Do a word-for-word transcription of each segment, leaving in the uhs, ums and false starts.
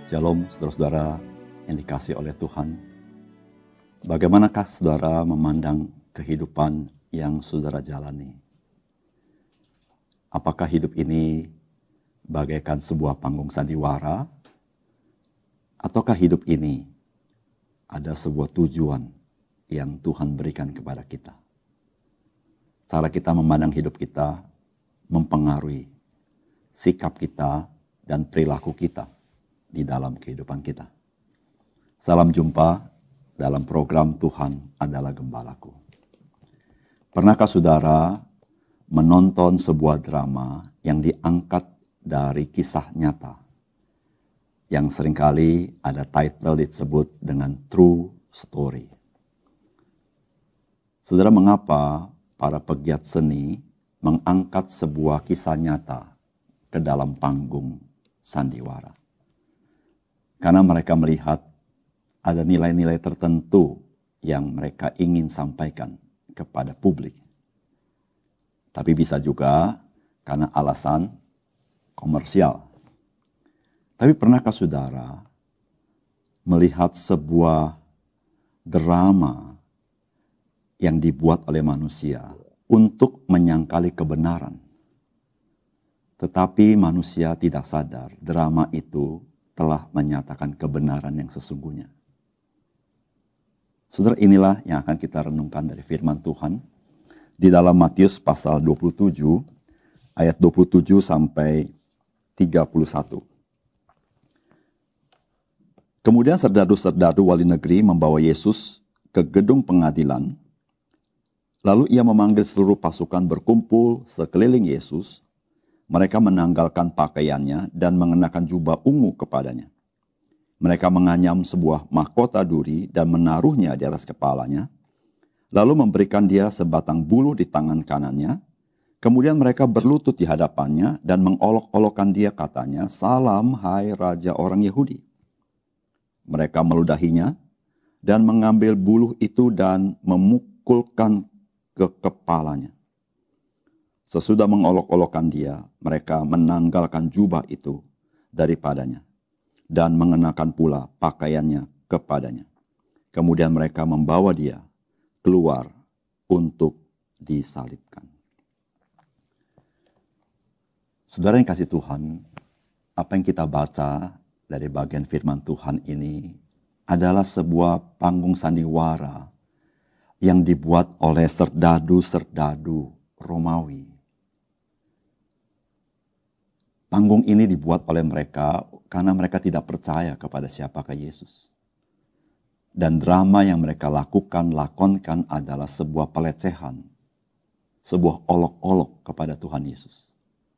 Shalom saudara-saudara yang dikasihi oleh Tuhan. Bagaimanakah saudara memandang kehidupan yang saudara jalani? Apakah hidup ini bagaikan sebuah panggung sandiwara? Ataukah hidup ini ada sebuah tujuan yang Tuhan berikan kepada kita? Cara kita memandang hidup kita mempengaruhi sikap kita dan perilaku kita di dalam kehidupan kita. Salam jumpa dalam program Tuhan Adalah Gembalaku. Pernahkah saudara menonton sebuah drama yang diangkat dari kisah nyata, yang seringkali ada title disebut dengan True Story? Saudara, mengapa para pegiat seni mengangkat sebuah kisah nyata ke dalam panggung sandiwara? Karena mereka melihat ada nilai-nilai tertentu yang mereka ingin sampaikan kepada publik. Tapi bisa juga karena alasan komersial. Tapi pernahkah saudara melihat sebuah drama yang dibuat oleh manusia untuk menyangkali kebenaran? Tetapi manusia tidak sadar drama itu telah menyatakan kebenaran yang sesungguhnya. Saudara, inilah yang akan kita renungkan dari firman Tuhan di dalam Matius pasal dua puluh tujuh ayat dua puluh tujuh sampai tiga puluh satu. Kemudian serdadu-serdadu wali negeri membawa Yesus ke gedung pengadilan. Lalu ia memanggil seluruh pasukan berkumpul sekeliling Yesus. Mereka menanggalkan pakaiannya dan mengenakan jubah ungu kepadanya. Mereka menganyam sebuah mahkota duri dan menaruhnya di atas kepalanya. Lalu memberikan dia sebatang bulu di tangan kanannya. Kemudian mereka berlutut di hadapannya dan mengolok-olokkan dia, katanya, "Salam, hai Raja orang Yahudi." Mereka meludahinya dan mengambil bulu itu dan memukulkan ke kepalanya. Sesudah mengolok-olokkan dia, mereka menanggalkan jubah itu daripadanya dan mengenakan pula pakaiannya kepadanya. Kemudian mereka membawa dia keluar untuk disalibkan. Saudara yang kasih Tuhan, apa yang kita baca dari bagian firman Tuhan ini adalah sebuah panggung sandiwara yang dibuat oleh serdadu-serdadu Romawi. Panggung ini dibuat oleh mereka karena mereka tidak percaya kepada siapakah Yesus. Dan drama yang mereka lakukan, lakonkan adalah sebuah pelecehan, sebuah olok-olok kepada Tuhan Yesus.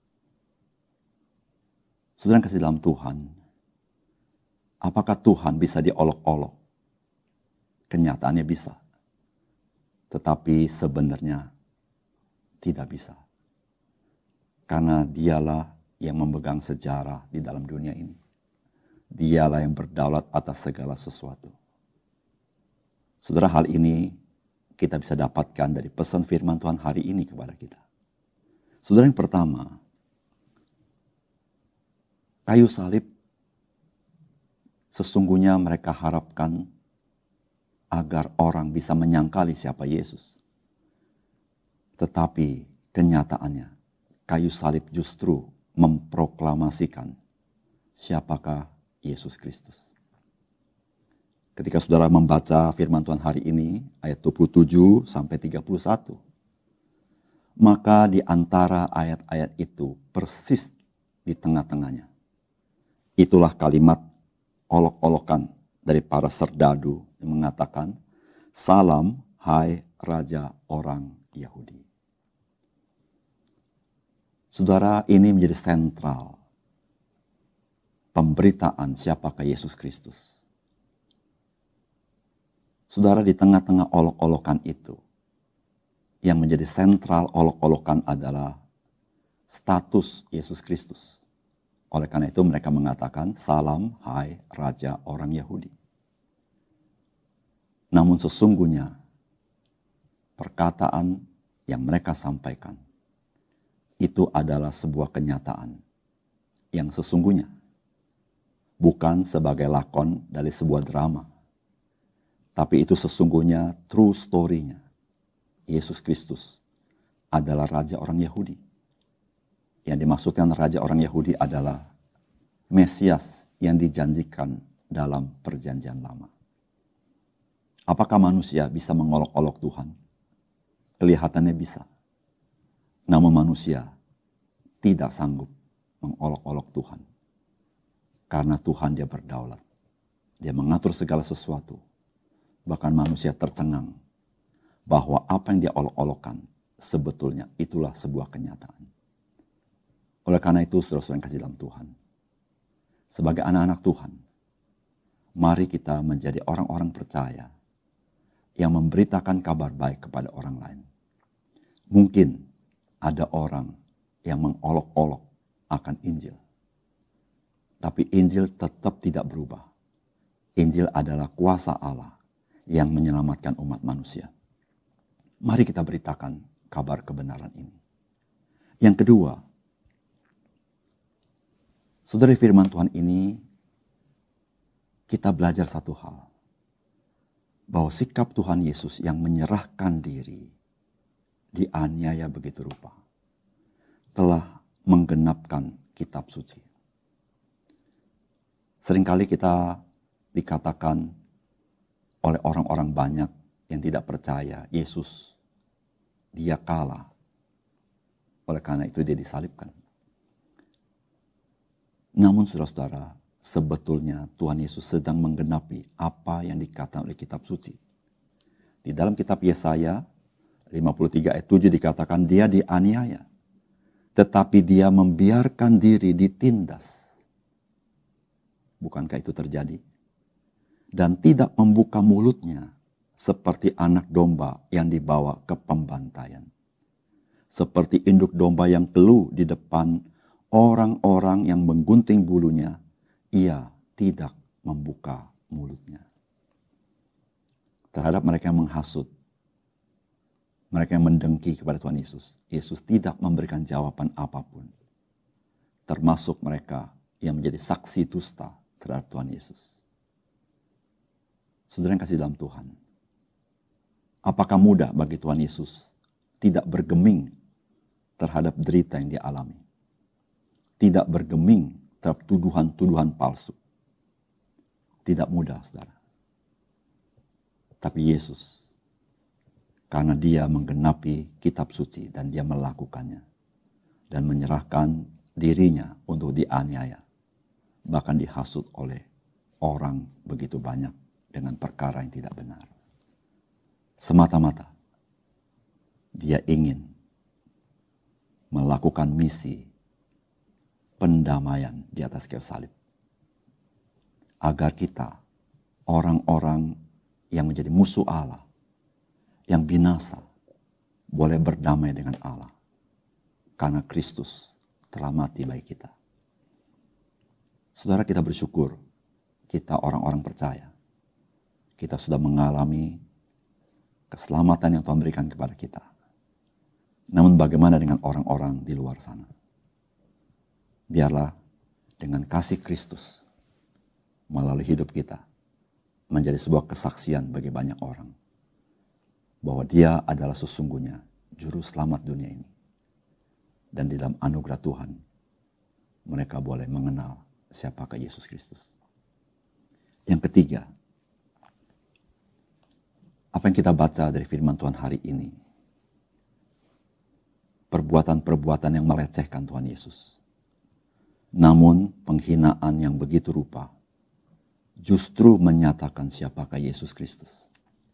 Saudara yang kasih dalam Tuhan, apakah Tuhan bisa diolok-olok? Kenyataannya bisa. Tetapi sebenarnya tidak bisa. Karena dialah yang memegang sejarah di dalam dunia ini. Dialah yang berdaulat atas segala sesuatu. Saudara, hal ini kita bisa dapatkan dari pesan firman Tuhan hari ini kepada kita. Saudara, yang pertama, kayu salib sesungguhnya mereka harapkan agar orang bisa menyangkali siapa Yesus. Tetapi kenyataannya, kayu salib justru memproklamasikan siapakah Yesus Kristus. Ketika saudara membaca firman Tuhan hari ini, ayat dua puluh tujuh sampai tiga puluh satu, maka di antara ayat-ayat itu persis di tengah-tengahnya, itulah kalimat olok-olokan dari para serdadu yang mengatakan, "Salam, hai Raja orang Yahudi." Saudara, ini menjadi sentral pemberitaan siapakah Yesus Kristus. Saudara, di tengah-tengah olok-olokan itu, yang menjadi sentral olok-olokan adalah status Yesus Kristus. Oleh karena itu mereka mengatakan, "Salam, hai Raja orang Yahudi." Namun sesungguhnya perkataan yang mereka sampaikan itu adalah sebuah kenyataan yang sesungguhnya. bukan sebagai lakon dari sebuah drama. Tapi itu sesungguhnya true story-nya. Yesus Kristus adalah Raja orang Yahudi. Yang dimaksudkan Raja orang Yahudi adalah Mesias yang dijanjikan dalam perjanjian lama. Apakah manusia bisa mengolok-olok Tuhan? Kelihatannya bisa. Namun manusia tidak sanggup mengolok-olok Tuhan. Karena Tuhan dia berdaulat. Dia mengatur segala sesuatu. Bahkan manusia tercengang bahwa apa yang dia olok-olokkan sebetulnya itulah sebuah kenyataan. Oleh karena itu, saudara-saudara yang kasih dalam Tuhan, sebagai anak-anak Tuhan, mari kita menjadi orang-orang percaya yang memberitakan kabar baik kepada orang lain. Mungkin ada orang yang mengolok-olok akan Injil. Tapi Injil tetap tidak berubah. Injil adalah kuasa Allah yang menyelamatkan umat manusia. Mari kita beritakan kabar kebenaran ini. Yang kedua, saudara, firman Tuhan ini kita belajar satu hal. Bahwa sikap Tuhan Yesus yang menyerahkan diri, dianiaya begitu rupa, telah menggenapkan kitab suci. Seringkali kita dikatakan oleh orang-orang banyak yang tidak percaya Yesus, dia kalah. Oleh karena itu dia disalibkan. Namun saudara-saudara, sebetulnya Tuhan Yesus sedang menggenapi apa yang dikatakan oleh kitab suci. Di dalam kitab Yesaya lima puluh tiga ayat tujuh dikatakan dia dianiaya. Tetapi dia membiarkan diri ditindas. Bukankah itu terjadi? Dan tidak membuka mulutnya seperti anak domba yang dibawa ke pembantaian. Seperti induk domba yang keluh di depan orang-orang yang menggunting bulunya, ia tidak membuka mulutnya. Terhadap mereka yang menghasut, mereka yang mendengki kepada Tuhan Yesus, Yesus tidak memberikan jawaban apapun. Termasuk mereka yang menjadi saksi dusta terhadap Tuhan Yesus. Saudara yang kasih dalam Tuhan, apakah mudah bagi Tuhan Yesus tidak bergeming terhadap derita yang dia alami? Tidak bergeming terhadap tuduhan-tuduhan palsu. Tidak mudah, saudara. Tapi Yesus, karena dia menggenapi kitab suci dan dia melakukannya. Dan menyerahkan dirinya untuk dianiaya. Bahkan dihasut oleh orang begitu banyak dengan perkara yang tidak benar. Semata-mata dia ingin melakukan misi pendamaian di atas kayu salib. Agar kita, orang-orang yang menjadi musuh Allah, yang binasa, boleh berdamai dengan Allah. Karena Kristus telah mati bagi kita. Saudara, kita bersyukur, kita orang-orang percaya. Kita sudah mengalami keselamatan yang Tuhan berikan kepada kita. Namun bagaimana dengan orang-orang di luar sana? Biarlah dengan kasih Kristus melalui hidup kita menjadi sebuah kesaksian bagi banyak orang bahwa dia adalah sesungguhnya juru selamat dunia ini. Dan di dalam anugerah Tuhan mereka boleh mengenal siapakah Yesus Kristus. Yang ketiga, apa yang kita baca dari firman Tuhan hari ini, perbuatan-perbuatan yang melecehkan Tuhan Yesus. Namun penghinaan yang begitu rupa justru menyatakan siapakah Yesus Kristus.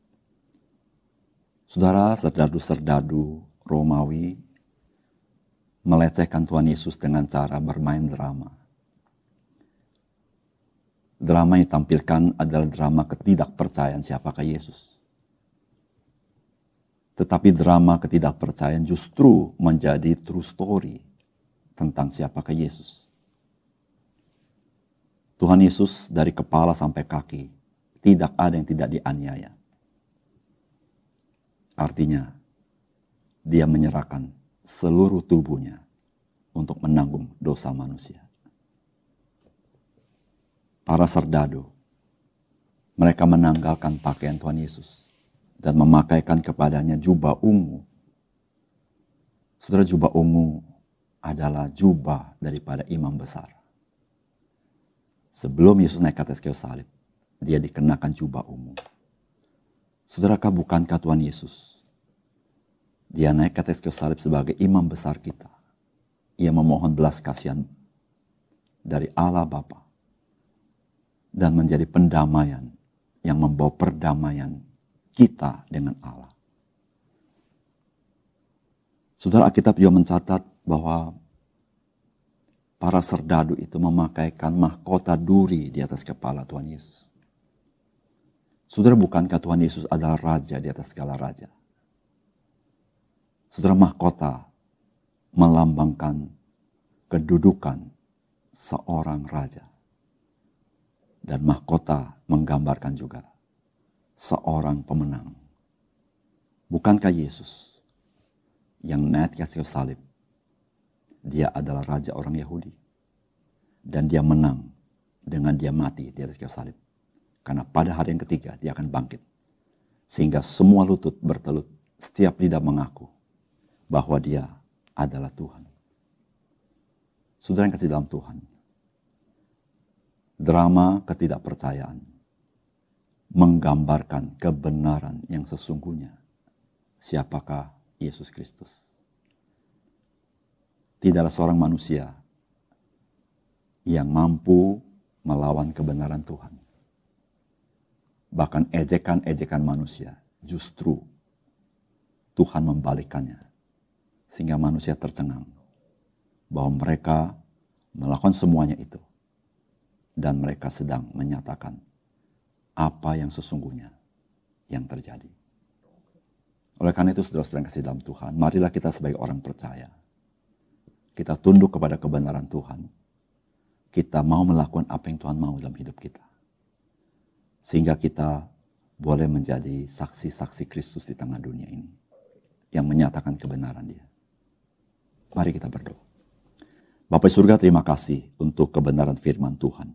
Saudara, serdadu-serdadu Romawi melecehkan Tuhan Yesus dengan cara bermain drama. Drama yang ditampilkan adalah drama ketidakpercayaan siapakah Yesus. Tetapi drama ketidakpercayaan justru menjadi true story tentang siapakah Yesus. Tuhan Yesus dari kepala sampai kaki tidak ada yang tidak dianiaya. Artinya dia menyerahkan seluruh tubuhnya untuk menanggung dosa manusia. para serdadu, mereka menanggalkan pakaian Tuhan Yesus dan memakaikan kepadanya jubah ungu. Saudara, jubah ungu adalah jubah daripada imam besar. Sebelum Yesus naik ke atas kayu salib, dia dikenakan jubah ungu. Saudarakah, bukankah Tuhan Yesus, dia naik ke atas kayu salib sebagai imam besar kita. Ia memohon belas kasihan dari Allah Bapa dan menjadi pendamaian yang membawa perdamaian kita dengan Allah. Saudara, Alkitab juga mencatat bahwa para serdadu itu memakaikan mahkota duri di atas kepala Tuhan Yesus. Saudara, bukankah Tuhan Yesus adalah raja di atas segala raja? Saudara, mahkota melambangkan kedudukan seorang raja. Dan mahkota menggambarkan juga seorang pemenang. Bukankah Yesus yang naik ke kayu salib, dia adalah raja orang Yahudi. Dan dia menang dengan dia mati di atas kayu salib. Karena pada hari yang ketiga dia akan bangkit. Sehingga semua lutut bertelut, setiap lidah mengaku bahwa dia adalah Tuhan. Saudara yang kasih dalam Tuhan, drama ketidakpercayaan menggambarkan kebenaran yang sesungguhnya. Siapakah Yesus Kristus? Tidaklah seorang manusia yang mampu melawan kebenaran Tuhan. Bahkan ejekan-ejekan manusia justru Tuhan membalikannya. Sehingga manusia tercengang bahwa mereka melakukan semuanya itu. Dan mereka sedang menyatakan apa yang sesungguhnya yang terjadi. Oleh karena itu, saudara-saudara yang kasih dalam Tuhan, marilah kita sebagai orang percaya, kita tunduk kepada kebenaran Tuhan. Kita mau melakukan apa yang Tuhan mau dalam hidup kita. Sehingga kita boleh menjadi saksi-saksi Kristus di tengah dunia ini. Yang menyatakan kebenaran dia. Mari kita berdoa. Bapa di surga, terima kasih untuk kebenaran firman Tuhan.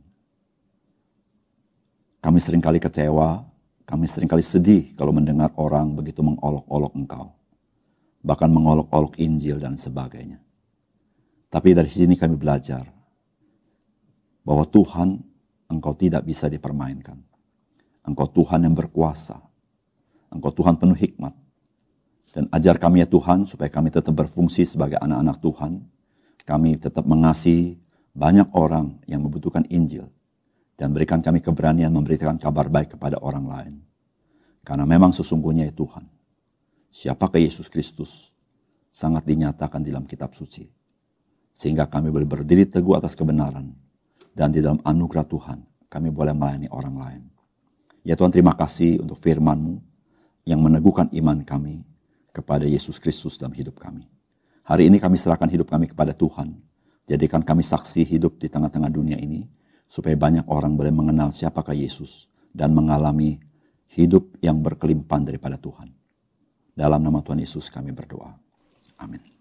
Kami seringkali kecewa, kami seringkali sedih kalau mendengar orang begitu mengolok-olok Engkau. Bahkan mengolok-olok Injil dan sebagainya. Tapi dari sini kami belajar bahwa Tuhan, Engkau tidak bisa dipermainkan. Engkau Tuhan yang berkuasa. Engkau Tuhan penuh hikmat. Dan ajar kami ya Tuhan, supaya kami tetap berfungsi sebagai anak-anak Tuhan. Kami tetap mengasihi banyak orang yang membutuhkan Injil. Dan berikan kami keberanian memberitakan kabar baik kepada orang lain. Karena memang sesungguhnya ya Tuhan, siapakah Yesus Kristus sangat dinyatakan di dalam kitab suci. Sehingga kami boleh berdiri teguh atas kebenaran. Dan di dalam anugerah Tuhan, kami boleh melayani orang lain. Ya Tuhan, terima kasih untuk firman-Mu yang meneguhkan iman kami kepada Yesus Kristus dalam hidup kami. Hari ini kami serahkan hidup kami kepada Tuhan. Jadikan kami saksi hidup di tengah-tengah dunia ini. Supaya banyak orang boleh mengenal siapakah Yesus. Dan mengalami hidup yang berkelimpan daripada Tuhan. Dalam nama Tuhan Yesus kami berdoa. Amin.